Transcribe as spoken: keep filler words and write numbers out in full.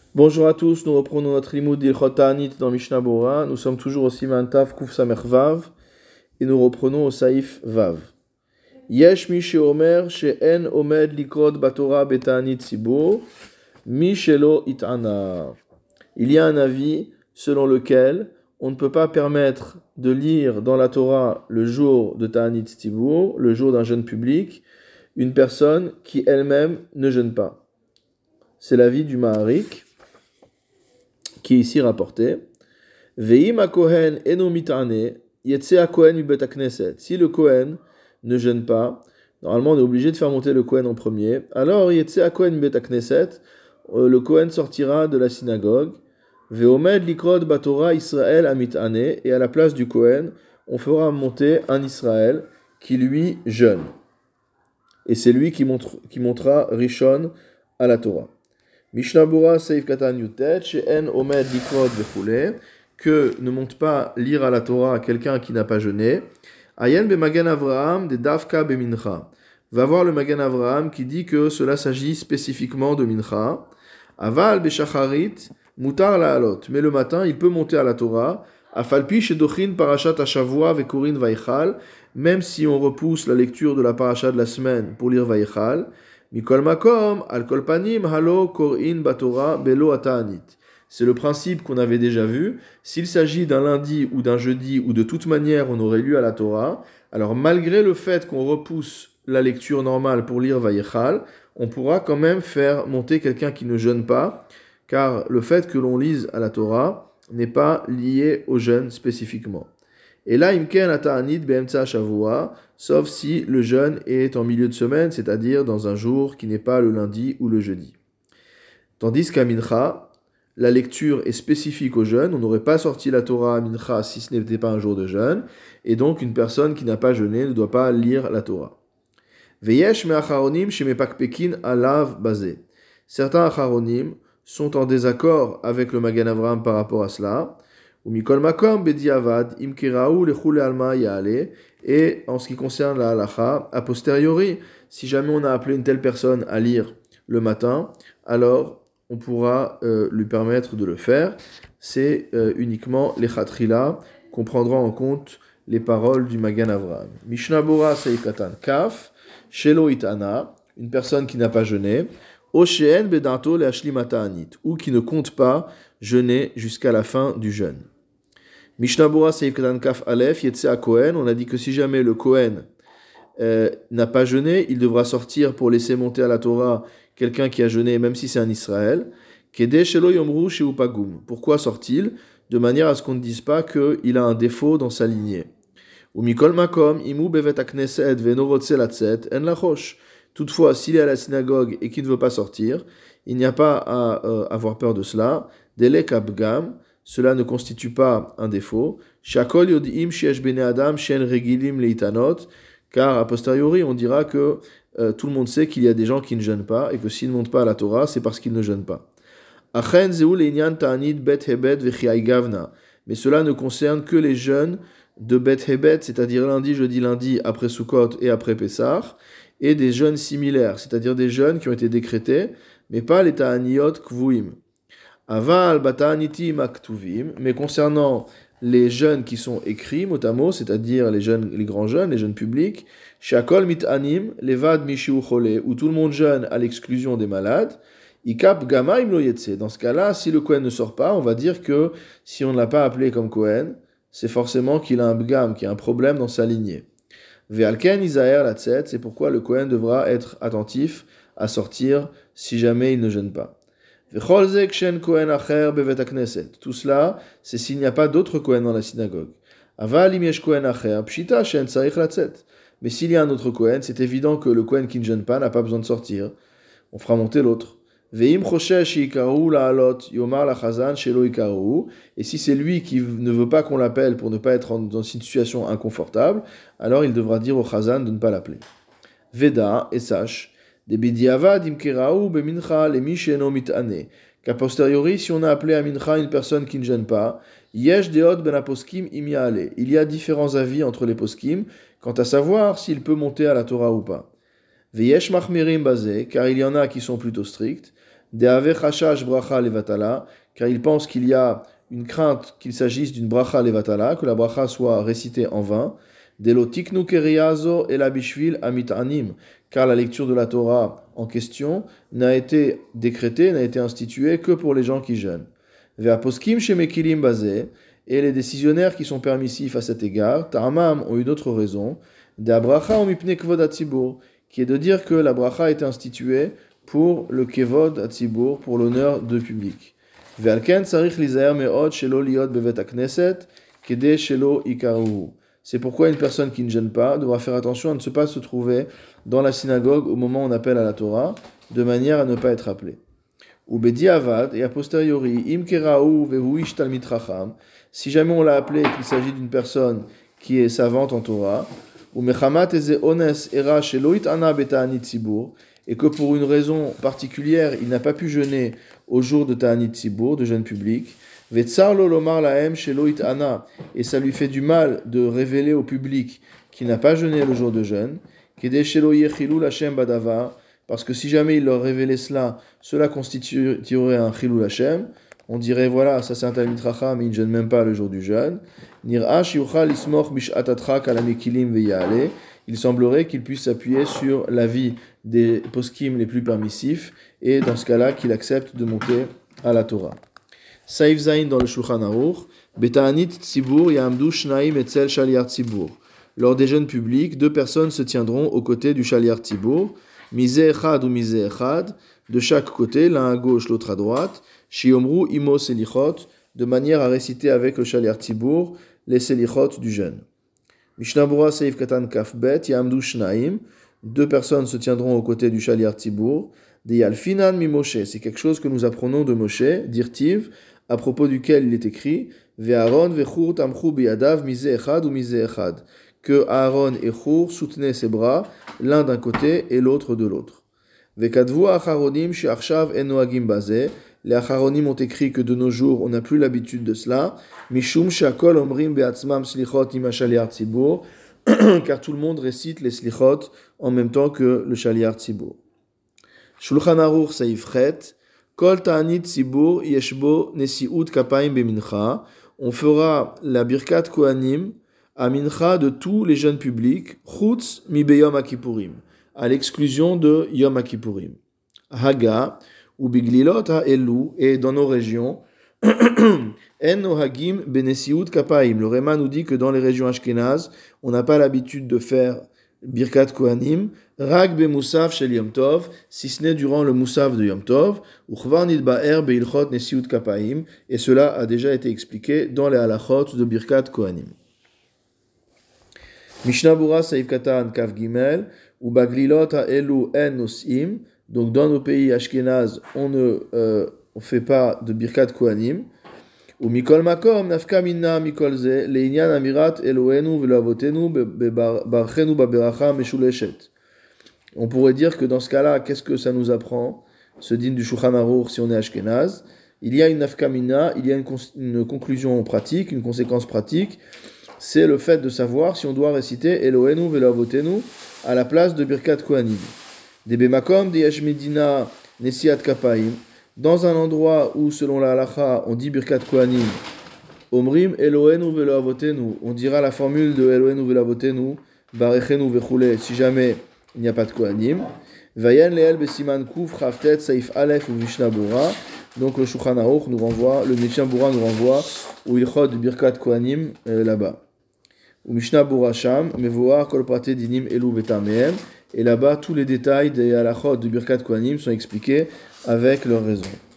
Bonjour à tous, nous reprenons notre limoud d'Ilchot Ta'anit dans Mishnah Bora. Nous sommes toujours au Siman Tav Kuf Samer Vav et nous reprenons au Saïf Vav. Yesh mi she'omer she'en omed likrot batora beta'anit tzibur mi shelo it'ana. Il y a un avis selon lequel on ne peut pas permettre de lire dans la Torah le jour de Ta'anit Tzibur, le jour d'un jeûne public, une personne qui elle-même ne jeûne pas. C'est l'avis du Maharik, qui est ici rapporté. Ve'im ha-kohen eno mit'ane, yetse ha-kohen mi bet ha-knesset. Si le Kohen ne jeûne pas, normalement on est obligé de faire monter le Kohen en premier. Alors yetse ha-kohen mi bet ha-knesset, le Kohen sortira de la synagogue. Ve'omed likrod batora Israël ha-mit'ane, et à la place du Kohen, on fera monter un Israël qui lui jeûne. Et c'est lui qui, montre, qui montera Rishon à la Torah. Mishnah Bora Seif Katan Yutet, She'en Omed Likrod Vechule, que ne monte pas lire à la Torah à quelqu'un qui n'a pas jeûné. Ayen be Magen Avraham de Davka be Mincha. Va voir le Magen Avraham qui dit que cela s'agit spécifiquement de Mincha. Aval be Shacharit, Mutar la Halot. Mais le matin, il peut monter à la Torah. Afalpi Shedochin Parashat Hashavua Vekorin Vaichal. Même si on repousse la lecture de la paracha de la semaine pour lire Vaichal. Mikol makom, al kol panim, halo, korin, batora, belo, ata'anit. C'est le principe qu'on avait déjà vu. S'il s'agit d'un lundi ou d'un jeudi ou de toute manière on aurait lu à la Torah, alors malgré le fait qu'on repousse la lecture normale pour lire Vayechal, on pourra quand même faire monter quelqu'un qui ne jeûne pas, car le fait que l'on lise à la Torah n'est pas lié au jeûne spécifiquement. Et là, imken ata'anit be'emtsa shavua, sauf si le jeûne est en milieu de semaine, c'est-à-dire dans un jour qui n'est pas le lundi ou le jeudi. Tandis qu'à Mincha, la lecture est spécifique au jeûne, on n'aurait pas sorti la Torah à Mincha si ce n'était pas un jour de jeûne, et donc une personne qui n'a pas jeûné ne doit pas lire la Torah. Veyesh me'acharonim shemepakpekin alav bazé. Certains acharonim sont en désaccord avec le Magen Avraham par rapport à cela. Umikol makom bediavad imkeraou lechule alma yaale. Et en ce qui concerne la halacha, a posteriori, si jamais on a appelé une telle personne à lire le matin, alors on pourra euh, lui permettre de le faire. C'est euh, uniquement les chatrila qu'on prendra en compte les paroles du Magen Avraham. Mishnah Bora Seikatan Kaf, Shelo Itana, une personne qui n'a pas jeûné, Osheen Bedanto le Ashlimata Anit, ou qui ne compte pas jeûner jusqu'à la fin du jeûne. Mishnah Bora Seif Katan Kaf Aleph, Yetse à Kohen, on a dit que si jamais le Kohen euh, n'a pas jeûné, il devra sortir pour laisser monter à la Torah quelqu'un qui a jeûné, même si c'est un Israël. Kede Shelo Yomru Sheu Pagum. Pourquoi sort-il? De manière à ce qu'on ne dise pas qu'il a un défaut dans sa lignée. Ou Mikol Makom, Imu Bevet Akneset Venorotse Latset, En Lachosh. Toutefois, s'il est à la synagogue et qu'il ne veut pas sortir, il n'y a pas à euh, avoir peur de cela. Delek Abgam. Cela ne constitue pas un défaut. Shakol yodim sheyesh bnei adam shen regilim leitanot, car a posteriori on dira que euh, tout le monde sait qu'il y a des gens qui ne jeûnent pas et que s'ils ne montent pas à la Torah, c'est parce qu'ils ne jeûnent pas. Achen zeu leinyan ta'anit bet hebet v'chiai gavna, mais cela ne concerne que les jeûnes de bet hebet, c'est-à-dire lundi, jeudi, lundi après Sukkot et après Pessah, et des jeûnes similaires, c'est-à-dire des jeûnes qui ont été décrétés, mais pas les ta'aniyot kvuim. Aval bata'aniti maktuvim, mais concernant les jeûnes qui sont écrits, mot à mot, c'est-à-dire les jeunes, les grands jeûnes, les jeûnes publics, shakol mit'anim, levad mishiu chole, où tout le monde jeûne à l'exclusion des malades, ikap gama im lo yetse. Dans ce cas-là, si le Kohen ne sort pas, on va dire que si on ne l'a pas appelé comme Kohen, c'est forcément qu'il a un bgam, qu'il y a un problème dans sa lignée. Ve'alken izaher latzet, c'est pourquoi le Kohen devra être attentif à sortir si jamais il ne jeûne pas. Tout cela, c'est s'il n'y a pas d'autre Kohen dans la synagogue. Mais s'il y a un autre Kohen, c'est évident que le Kohen qui ne jeûne pas n'a pas besoin de sortir. On fera monter l'autre. Et si c'est lui qui ne veut pas qu'on l'appelle pour ne pas être dans une situation inconfortable, alors il devra dire au Chazan de ne pas l'appeler. Veda, et sache, qu'a posteriori, si on a appelé à Mincha une personne qui ne jeûne pas, il y a différents avis entre les poskim quant à savoir s'il peut monter à la Torah ou pas. Veyesh machmirim bazé, car il y en a qui sont plutôt stricts. De'ave chashash bracha levatala, car il pense qu'il y a une crainte qu'il s'agisse d'une bracha levatala, que la bracha soit récitée en vain. Delo tiknu keriazo et la bishvil amitanim, car la lecture de la Torah en question n'a été décrétée, n'a été instituée que pour les gens qui jeûnent. Ve'aposkim shemekilim bazeh, et les décisionnaires qui sont permissifs à cet égard, ta'amam, ont une autre raison, de'abracha o mipne kvod hatzibur, qui est de dire que la bracha a été instituée pour le kevod hatzibur, pour l'honneur de public. Ve'alken tzarich lizaher me'od shelo liot bevet hakneset, kede shelo ikaruhu. C'est pourquoi une personne qui ne jeûne pas devra faire attention à ne pas se trouver dans la synagogue au moment où on appelle à la Torah, de manière à ne pas être appelé. Ou bedi avad, et a posteriori, im keraou vehu ish talmid chacham, si jamais on l'a appelé et qu'il s'agit d'une personne qui est savante en Torah, ou mechamat eze ones era shelo it'ana beta'anit tzibur, et que pour une raison particulière, il n'a pas pu jeûner au jour de ta'anit tzibur, de jeûne public, vetsar lo lomar lahem shelo it'ana, et ça lui fait du mal de révéler au public qu'il n'a pas jeûné le jour de jeûne, kede shelo yechilul Hashem badavar, parce que si jamais il leur révélait cela, cela constituerait un chilul Hashem. On dirait, voilà, ça c'est un talmid chacham, mais il ne jeûne même pas le jour du jeûne. Nir'a shiuchal ismoch bishat atrak ala mekilim veyale. Il semblerait qu'il puisse s'appuyer sur l'avis des poskim les plus permissifs, et dans ce cas-là, qu'il accepte de monter à la Torah. Saif Zain dans le Shulchan Aruch, Beta'anit tzibur ya'amdu shnaim etzel shaliar tzibur. Lors des jeûnes publics, deux personnes se tiendront aux côtés du shaliar tzibur, Misé echad ou misé echad, de chaque côté, l'un à gauche, l'autre à droite, shiomru imo selichot, de manière à réciter avec le shaliar tzibur les selichot du jeûne. Mishnah Bura Seif Katan Kaf Bet, Yamdu Shnaim, deux personnes se tiendront aux côtés du shaliar tzibur, de Yalfinan mi Moshe, c'est quelque chose que nous apprenons de Moshe, d'Irtiv, à propos duquel il est écrit, Ve'aron ve'chur tamchu biyadav misé echad ou misé echad, que Aaron et Chour soutenaient ses bras, l'un d'un côté et l'autre de l'autre. Vekadvu acharonim she'achshav en noagim bazeh, les acharonim ont écrit que de nos jours on n'a plus l'habitude de cela, mishum she'akol omrim be'atzmam slichot im hashaliar tzibur, car tout le monde récite les slichot en même temps que le shaliar tzibur. Shulchan Aruch Saif Chet, kol ta'anit tzibur yeshbo nesiut kapaim bemincha, on fera la birkat kohanim à mincha de tous les jeûnes publics, chutz mi beyom hakipurim, à l'exclusion de Yom Hakipurim. Haga, ou biglilot ha'elu, et dans nos régions, en nohagim benesiut kapaim. Le Réma nous dit que dans les régions ashkénazes, on n'a pas l'habitude de faire birkat kohanim, rag be musaf shel Yom Tov, si ce n'est durant le musaf de Yom Tov, ou chvar nidba'er beilchot nesiut kapaim, et cela a déjà été expliqué dans les halachot de birkat kohanim. Mishnah Bura Saif Katan Kaf Gimel, ou Baglilot ha'elu en nosim, donc dans nos pays ashkénazes, on ne euh, on fait pas de birkat kohanim, ou mikol makom nafka minna mikol ze, le'inyan amirat elohenu ve'lavotenu barchenu baberacha meshuleshet. On pourrait dire que dans ce cas-là, qu'est-ce que ça nous apprend, ce din du Shulchan Aruch si on est ashkénaze? Il y a une nafka minna, il y a une, cons- une conclusion pratique, une conséquence pratique, c'est le fait de savoir si on doit réciter Elohenu ve'lavotenu à la place de Birkat Kohanim. Debe makom de yesh medina nesiat kapaim, dans un endroit où, selon la halacha, on dit Birkat Kohanim, omrim Elohenu ve'lavotenu, on dira la formule de Elohenu ve'lavotenu, barechenu ve'chule, si jamais il n'y a pas de Kohanim. Vayen leel besiman kuf chavtet saif alef ou Mishnah Bura. Donc le Shulchan Aruch nous renvoie, le Mishnah Bura nous renvoie au ilchot de Birkat Kohanim euh, là-bas. Ou Mishnah Bura Sham, mevoar kol prate dinim elu vetamehem, et là-bas tous les détails des halachot de Birkat Kohanim sont expliqués avec leur raison.